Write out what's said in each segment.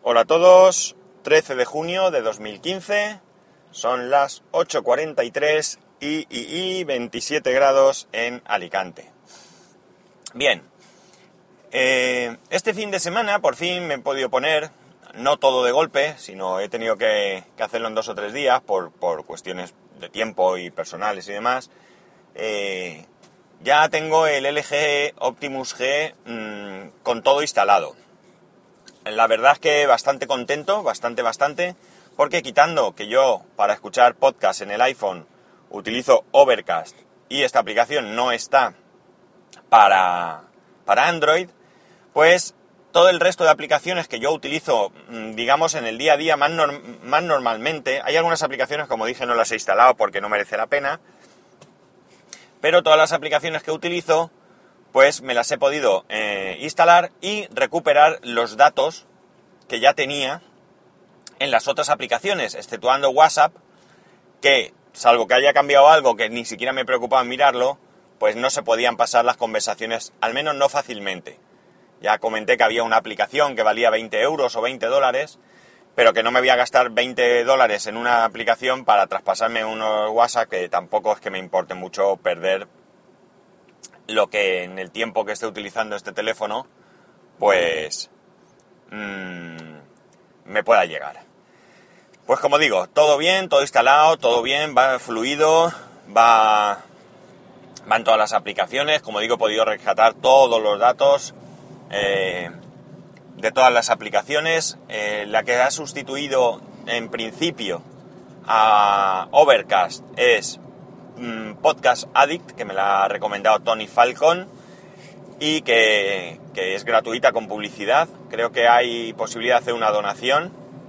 Hola a todos, 13 de junio de 2015, son las 8:43 y 27 grados en Alicante. Bien, este fin de semana por fin me he podido poner, no todo de golpe, sino he tenido que hacerlo en 2 o 3 días por cuestiones de tiempo y personales y demás. Ya tengo el LG Optimus G con todo instalado. La verdad es que bastante contento, bastante, porque quitando que yo para escuchar podcast en el iPhone utilizo Overcast y esta aplicación no está para Android, pues todo el resto de aplicaciones que yo utilizo, digamos, en el día a día más normalmente, hay algunas aplicaciones, como dije, no las he instalado porque no merece la pena, pero todas las aplicaciones que utilizo, pues me las he podido instalar y recuperar los datos que ya tenía en las otras aplicaciones, exceptuando WhatsApp, que, salvo que haya cambiado algo que ni siquiera me preocupaba en mirarlo, pues no se podían pasar las conversaciones, al menos no fácilmente. Ya comenté que había una aplicación que valía 20 euros o 20 dólares, pero que no me voy a gastar 20 dólares en una aplicación para traspasarme unos WhatsApp, que tampoco es que me importe mucho perder lo que en el tiempo que esté utilizando este teléfono, pues me pueda llegar. Pues como digo, todo bien, todo instalado, todo bien, va fluido, van todas las aplicaciones. Como digo, he podido rescatar todos los datos de todas las aplicaciones. La que ha sustituido en principio a Overcast es Podcast Addict, que me la ha recomendado Tony Falcon y que es gratuita con publicidad. Creo que hay posibilidad de hacer una donación,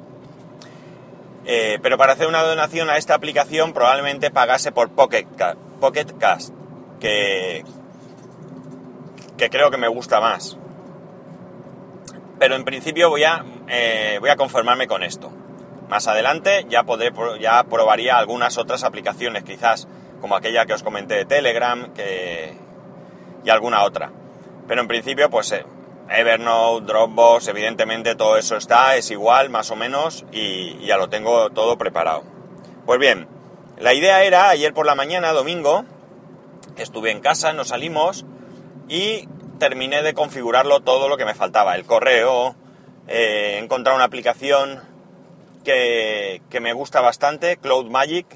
pero para hacer una donación a esta aplicación probablemente pagase por Pocket Cast, que creo que me gusta más. Pero en principio voy a conformarme con esto. Más adelante ya probaría algunas otras aplicaciones, quizás como aquella que os comenté de Telegram y alguna otra. Pero en principio, pues Evernote, Dropbox, evidentemente todo eso es igual, más o menos, y ya lo tengo todo preparado. Pues bien, la idea era, ayer por la mañana, domingo, estuve en casa, nos salimos y terminé de configurarlo todo lo que me faltaba. El correo, he encontrado una aplicación que me gusta bastante, CloudMagic,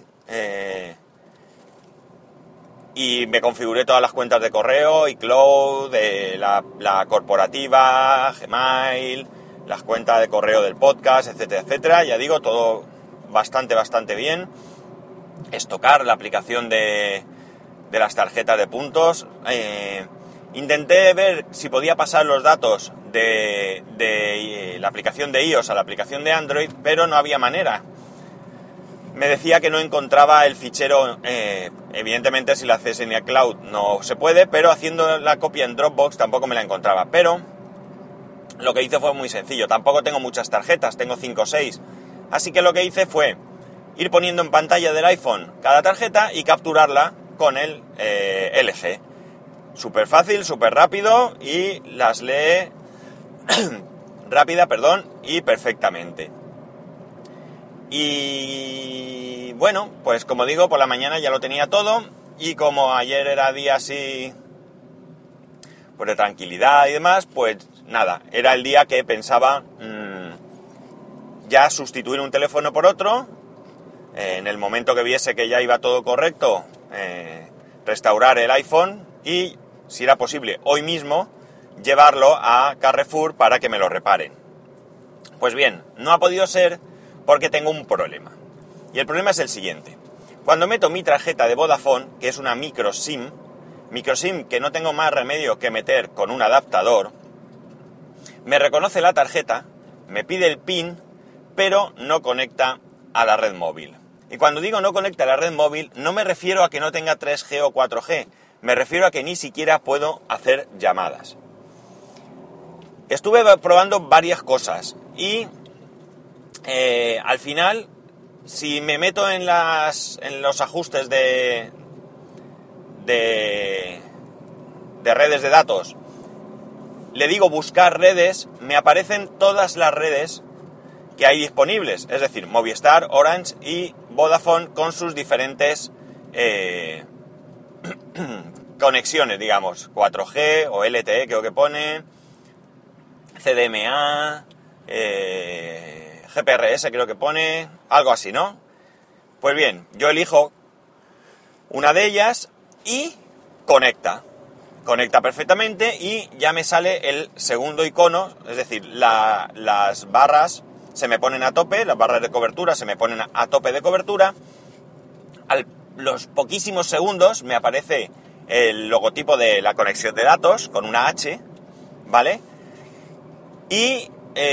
y me configuré todas las cuentas de correo, iCloud, la corporativa, Gmail, las cuentas de correo del podcast, etcétera, etcétera. Ya digo, todo bastante bien. Estocar, la aplicación de las tarjetas de puntos. Intenté ver si podía pasar los datos de la aplicación de iOS a la aplicación de Android, pero no había manera. Me decía que no encontraba el fichero, evidentemente si lo haces en iCloud no se puede, pero haciendo la copia en Dropbox tampoco me la encontraba. Pero lo que hice fue muy sencillo, tampoco tengo muchas tarjetas, tengo 5 o 6. Así que lo que hice fue ir poniendo en pantalla del iPhone cada tarjeta y capturarla con el LG. Súper fácil, súper rápido y las lee y perfectamente. Y bueno, pues como digo, por la mañana ya lo tenía todo y como ayer era día así pues de tranquilidad y demás, pues nada, era el día que pensaba ya sustituir un teléfono por otro. En el momento que viese que ya iba todo correcto, restaurar el iPhone y, si era posible, hoy mismo llevarlo a Carrefour para que me lo reparen. Pues bien, no ha podido ser porque tengo un problema. Y el problema es el siguiente. Cuando meto mi tarjeta de Vodafone, que es una micro SIM que no tengo más remedio que meter con un adaptador, me reconoce la tarjeta, me pide el PIN, pero no conecta a la red móvil. Y cuando digo no conecta a la red móvil, no me refiero a que no tenga 3G o 4G, me refiero a que ni siquiera puedo hacer llamadas. Estuve probando varias cosas y al final, si me meto en los ajustes de redes de datos, le digo buscar redes, me aparecen todas las redes que hay disponibles, es decir, Movistar, Orange y Vodafone con sus diferentes conexiones, digamos, 4G o LTE creo que pone, CDMA, GPRS creo que pone, algo así, ¿no? Pues bien, yo elijo una de ellas y conecta perfectamente y ya me sale el segundo icono, es decir, las barras se me ponen a tope, las barras de cobertura se me ponen a tope de cobertura. A los poquísimos segundos me aparece el logotipo de la conexión de datos con una H, ¿vale? Y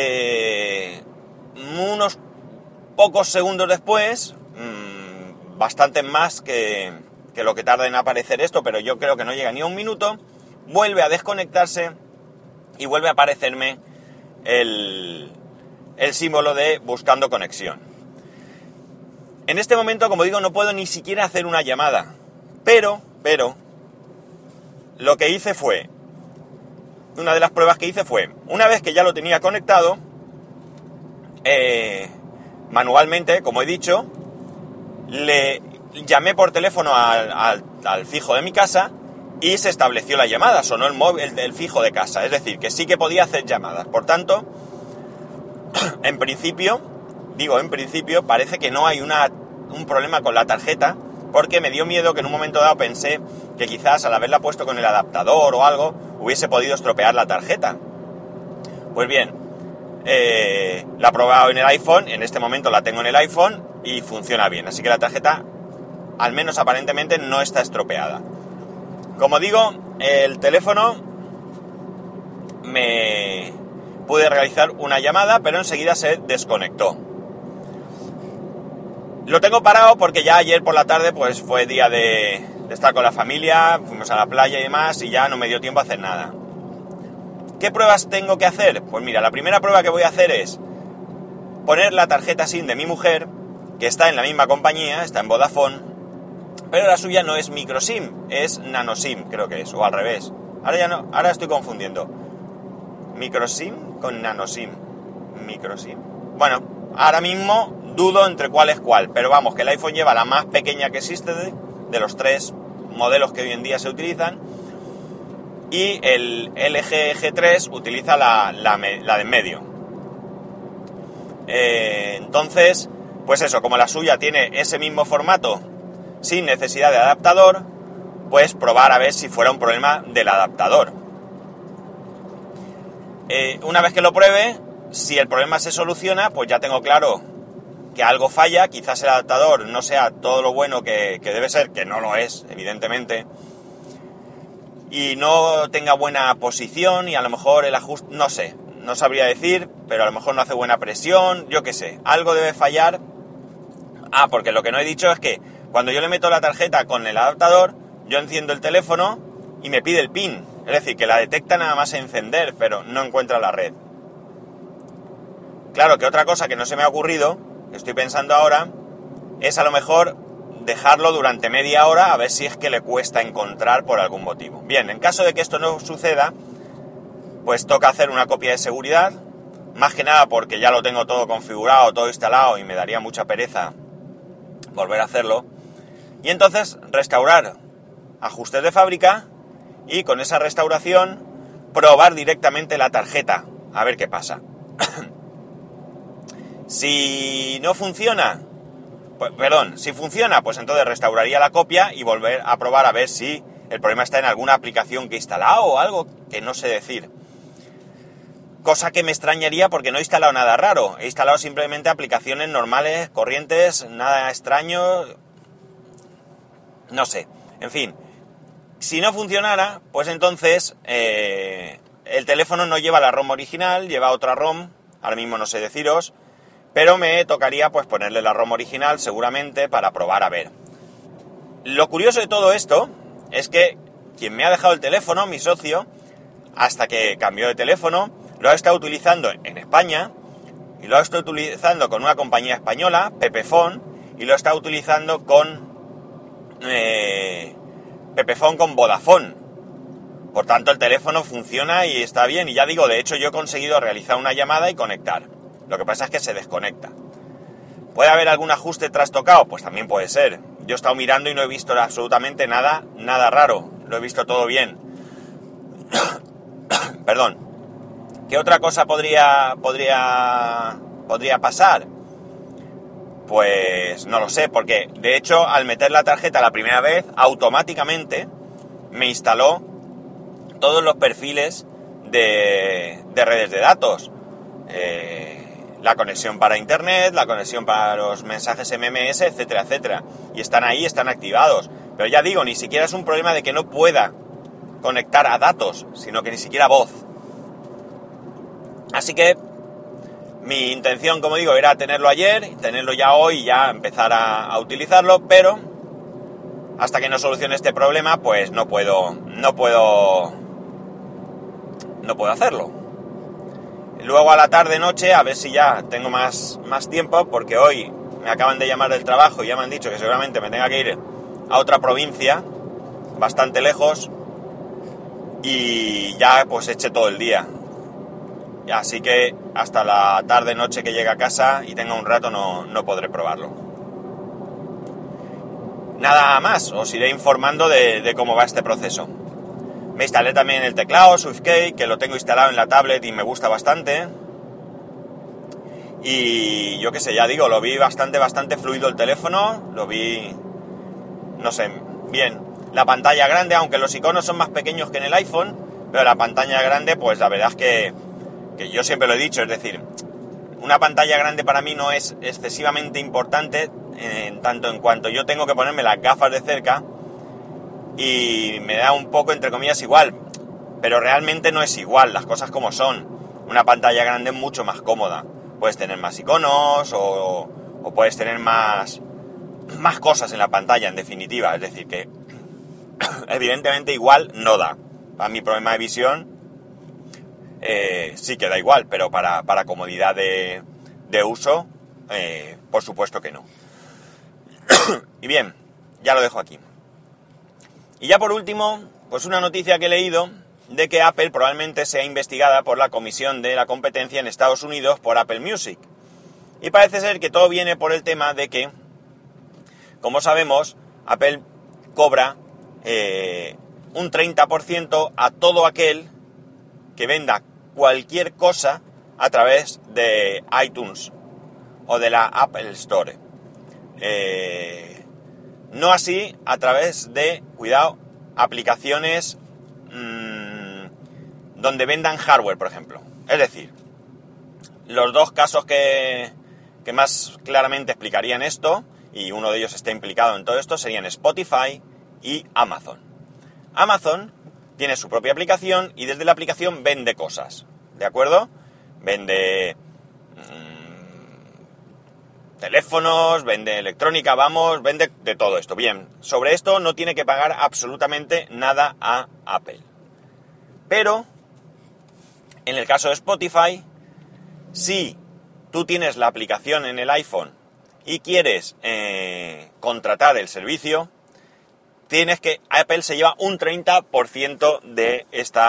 unos pocos segundos después, bastante más que lo que tarda en aparecer esto, pero yo creo que no llega ni a un minuto, vuelve a desconectarse y vuelve a aparecerme el símbolo de buscando conexión. En este momento, como digo, no puedo ni siquiera hacer una llamada, pero lo que hice fue, una de las pruebas que hice fue, una vez que ya lo tenía conectado, manualmente, como he dicho, le llamé por teléfono al fijo de mi casa y se estableció la llamada, sonó el móvil del fijo de casa, es decir, que sí que podía hacer llamadas. Por tanto, en principio, parece que no hay un problema con la tarjeta, porque me dio miedo que en un momento dado pensé que quizás al haberla puesto con el adaptador o algo, hubiese podido estropear la tarjeta. Pues bien, la he probado en el iPhone, en este momento la tengo en el iPhone y funciona bien, así que la tarjeta, al menos aparentemente, no está estropeada. Como digo, el teléfono me pude realizar una llamada, pero enseguida se desconectó. Lo tengo parado porque ya ayer por la tarde pues fue día de estar con la familia, fuimos a la playa y demás y ya no me dio tiempo a hacer nada. ¿Qué pruebas tengo que hacer? Pues mira, la primera prueba que voy a hacer es poner la tarjeta SIM de mi mujer, que está en la misma compañía, está en Vodafone, pero la suya no es microSIM, es nanoSIM, creo que es, o al revés. Ahora ya no, ahora estoy confundiendo. ¿MicroSIM con nanoSIM? ¿MicroSIM? Bueno, ahora mismo dudo entre cuál es cuál, pero vamos, que el iPhone lleva la más pequeña que existe de los tres modelos que hoy en día se utilizan, y el LG G3 utiliza la de en medio. Entonces, pues eso, como la suya tiene ese mismo formato sin necesidad de adaptador, pues probar a ver si fuera un problema del adaptador. Una vez que lo pruebe, si el problema se soluciona, pues ya tengo claro que algo falla, quizás el adaptador no sea todo lo bueno que debe ser, que no lo es, evidentemente, y no tenga buena posición y a lo mejor el ajuste, no sé, no sabría decir, pero a lo mejor no hace buena presión, yo qué sé, algo debe fallar. Porque lo que no he dicho es que cuando yo le meto la tarjeta con el adaptador, yo enciendo el teléfono y me pide el PIN, es decir, que la detecta nada más encender, pero no encuentra la red. Claro que otra cosa que no se me ha ocurrido, que estoy pensando ahora, es a lo mejor dejarlo durante media hora a ver si es que le cuesta encontrar por algún motivo. Bien, en caso de que esto no suceda, pues toca hacer una copia de seguridad, más que nada porque ya lo tengo todo configurado, todo instalado y me daría mucha pereza volver a hacerlo. Y entonces restaurar ajustes de fábrica y con esa restauración probar directamente la tarjeta, a ver qué pasa. Si no funciona, si funciona, pues entonces restauraría la copia y volver a probar a ver si el problema está en alguna aplicación que he instalado o algo que no sé decir. Cosa que me extrañaría porque no he instalado nada raro. He instalado simplemente aplicaciones normales, corrientes, nada extraño. No sé. En fin. Si no funcionara, pues entonces el teléfono no lleva la ROM original, lleva otra ROM. Ahora mismo no sé deciros. Pero me tocaría pues ponerle la ROM original seguramente para probar a ver. Lo curioso de todo esto es que quien me ha dejado el teléfono, mi socio, hasta que cambió de teléfono, lo ha estado utilizando en España y lo ha estado utilizando con una compañía española, Pepefon, y lo está utilizando con Pepefon con Vodafone. Por tanto, el teléfono funciona y está bien. Y ya digo, de hecho, yo he conseguido realizar una llamada y conectar. Lo que pasa es que se desconecta. ¿Puede haber algún ajuste trastocado? Pues también puede ser. Yo he estado mirando y no he visto absolutamente nada raro. Lo he visto todo bien. Perdón. ¿Qué otra cosa podría pasar? Pues no lo sé, porque de hecho al meter la tarjeta la primera vez, automáticamente me instaló todos los perfiles de redes de datos. La conexión para internet, la conexión para los mensajes MMS, etcétera, etcétera. Y están ahí, están activados. Pero ya digo, ni siquiera es un problema de que no pueda conectar a datos, sino que ni siquiera voz. Así que mi intención, como digo, era tenerlo ayer, tenerlo ya hoy y ya empezar a utilizarlo, pero hasta que no solucione este problema, pues no puedo hacerlo. Luego a la tarde-noche, a ver si ya tengo más tiempo, porque hoy me acaban de llamar del trabajo y ya me han dicho que seguramente me tenga que ir a otra provincia, bastante lejos, y ya pues eché todo el día. Así que hasta la tarde-noche que llegue a casa y tenga un rato no podré probarlo. Nada más, os iré informando de cómo va este proceso. Me instalé también el teclado SwiftKey, que lo tengo instalado en la tablet y me gusta bastante. Y yo qué sé, ya digo, lo vi bastante fluido el teléfono, lo vi, no sé, bien. La pantalla grande, aunque los iconos son más pequeños que en el iPhone, pero la pantalla grande, pues la verdad es que yo siempre lo he dicho, es decir, una pantalla grande para mí no es excesivamente importante, tanto en cuanto yo tengo que ponerme las gafas de cerca y me da un poco, entre comillas, igual, pero realmente no es igual, las cosas como son. Una pantalla grande es mucho más cómoda, puedes tener más iconos o puedes tener más cosas en la pantalla, en definitiva, es decir, que evidentemente igual no da. Para mi problema de visión sí que da igual, pero para comodidad de uso, por supuesto que no. Y bien, ya lo dejo aquí. Y ya por último, pues una noticia que he leído de que Apple probablemente sea investigada por la Comisión de la Competencia en Estados Unidos por Apple Music. Y parece ser que todo viene por el tema de que, como sabemos, Apple cobra un 30% a todo aquel que venda cualquier cosa a través de iTunes o de la Apple Store. No así a través de, cuidado, aplicaciones donde vendan hardware, por ejemplo. Es decir, los dos casos que más claramente explicarían esto, y uno de ellos está implicado en todo esto, serían Spotify y Amazon. Amazon tiene su propia aplicación y desde la aplicación vende cosas, ¿de acuerdo? Vende teléfonos, vende electrónica, vende de todo esto. Bien, sobre esto no tiene que pagar absolutamente nada a Apple. Pero, en el caso de Spotify, si tú tienes la aplicación en el iPhone y quieres contratar el servicio, Apple se lleva un 30% de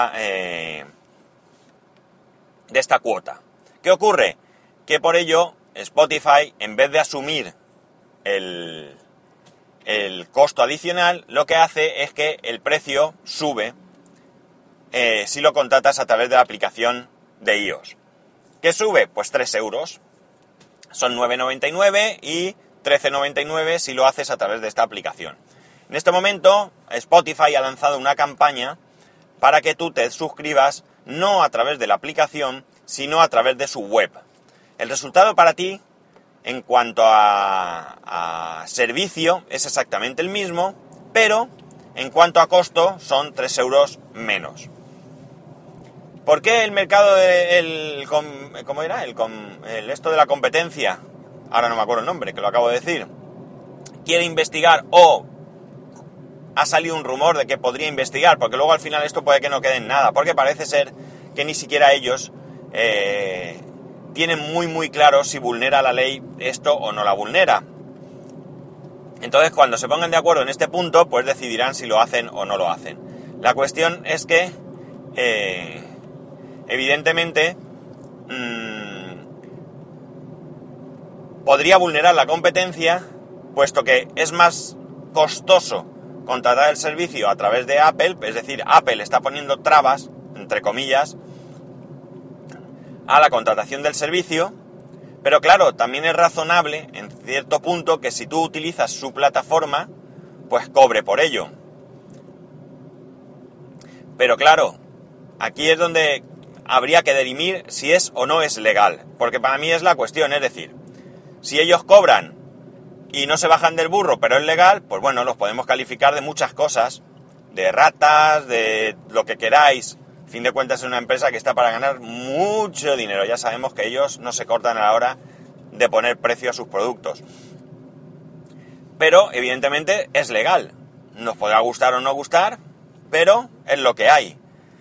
esta cuota. ¿Qué ocurre? Que por ello Spotify, en vez de asumir el costo adicional, lo que hace es que el precio sube si lo contratas a través de la aplicación de iOS. ¿Qué sube? Pues 3 euros. Son 9,99 y 13,99 si lo haces a través de esta aplicación. En este momento, Spotify ha lanzado una campaña para que tú te suscribas no a través de la aplicación, sino a través de su web. El resultado para ti, en cuanto a servicio, es exactamente el mismo, pero en cuanto a costo son 3 euros menos. ¿Por qué el mercado ¿cómo era? Esto de la competencia, ahora no me acuerdo el nombre, que lo acabo de decir, quiere investigar o ha salido un rumor de que podría investigar, porque luego al final esto puede que no quede en nada, porque parece ser que ni siquiera ellos tienen muy claro si vulnera la ley esto o no la vulnera. Entonces, cuando se pongan de acuerdo en este punto, pues decidirán si lo hacen o no lo hacen. La cuestión es que, evidentemente, podría vulnerar la competencia, puesto que es más costoso contratar el servicio a través de Apple, es decir, Apple está poniendo trabas, entre comillas, a la contratación del servicio, pero claro, también es razonable, en cierto punto, que si tú utilizas su plataforma, pues cobre por ello. Pero claro, aquí es donde habría que dirimir si es o no es legal, porque para mí es la cuestión, es decir, si ellos cobran y no se bajan del burro, pero es legal, pues bueno, los podemos calificar de muchas cosas, de ratas, de lo que queráis. A fin de cuentas es una empresa que está para ganar mucho dinero, ya sabemos que ellos no se cortan a la hora de poner precio a sus productos. Pero evidentemente es legal, nos podrá gustar o no gustar, pero es lo que hay.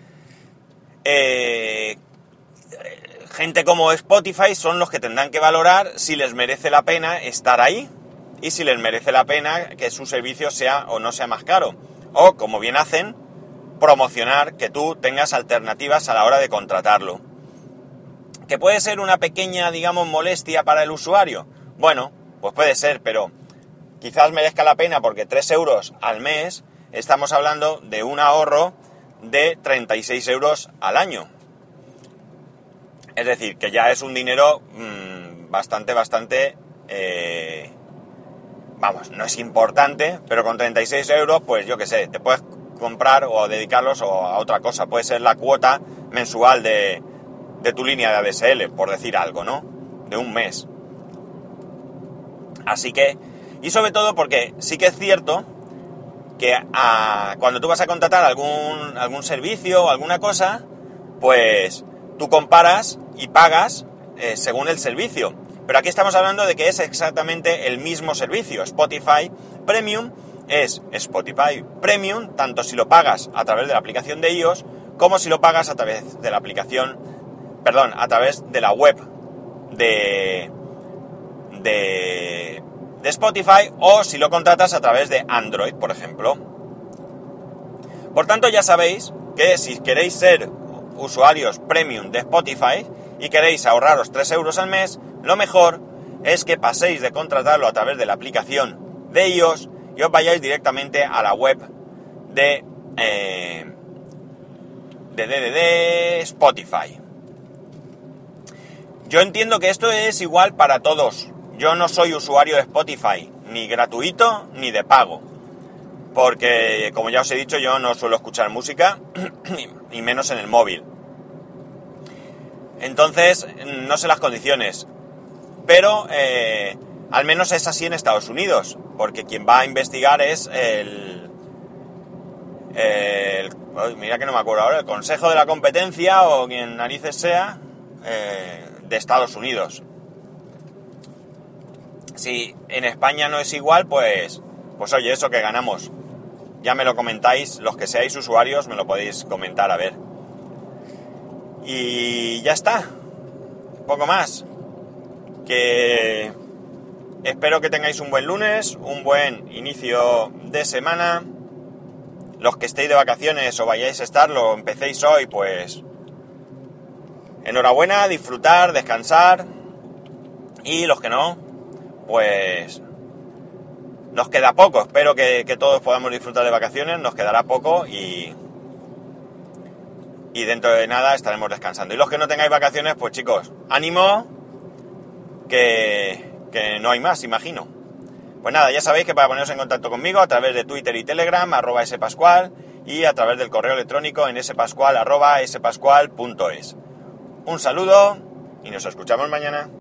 Gente como Spotify son los que tendrán que valorar si les merece la pena estar ahí y si les merece la pena que su servicio sea o no sea más caro. O, como bien hacen, promocionar que tú tengas alternativas a la hora de contratarlo. ¿Que puede ser una pequeña, digamos, molestia para el usuario? Bueno, pues puede ser, pero quizás merezca la pena porque 3 euros al mes, estamos hablando de un ahorro de 36 euros al año. Es decir, que ya es un dinero bastante, vamos, no es importante, pero con 36 euros, pues yo qué sé, te puedes comprar o dedicarlos a otra cosa. Puede ser la cuota mensual de tu línea de ADSL, por decir algo, ¿no? De un mes. Así que, y sobre todo porque sí que es cierto que cuando tú vas a contratar algún servicio o alguna cosa, pues tú comparas y pagas según el servicio. Pero aquí estamos hablando de que es exactamente el mismo servicio. Spotify Premium es Spotify Premium, tanto si lo pagas a través de la aplicación de iOS, como si lo pagas a través de la aplicación, a través de la web de Spotify, o si lo contratas a través de Android, por ejemplo. Por tanto, ya sabéis que si queréis ser usuarios premium de Spotify y queréis ahorraros 3 euros al mes, lo mejor es que paséis de contratarlo a través de la aplicación de iOS y os vayáis directamente a la web de Spotify. Yo entiendo que esto es igual para todos. Yo no soy usuario de Spotify, ni gratuito ni de pago, porque, como ya os he dicho, yo no suelo escuchar música, y menos en el móvil. Entonces, no sé las condiciones, pero al menos es así en Estados Unidos, porque quien va a investigar es mira que no me acuerdo ahora, el Consejo de la Competencia, o quien narices sea, de Estados Unidos. Si en España no es igual, pues oye, eso que ganamos. Ya me lo comentáis, los que seáis usuarios me lo podéis comentar, a ver. Y ya está. Poco más. Que espero que tengáis un buen lunes, un buen inicio de semana. Los que estéis de vacaciones o vayáis a estarlo, empecéis hoy, pues enhorabuena, disfrutar, descansar. Y los que no, pues nos queda poco. Espero que todos podamos disfrutar de vacaciones, nos quedará poco y dentro de nada estaremos descansando. Y los que no tengáis vacaciones, pues chicos, ánimo, que no hay más, imagino. Pues nada, ya sabéis que para poneros en contacto conmigo a través de Twitter y Telegram, @spascual, y a través del correo electrónico en spascual@spascual.es. Un saludo y nos escuchamos mañana.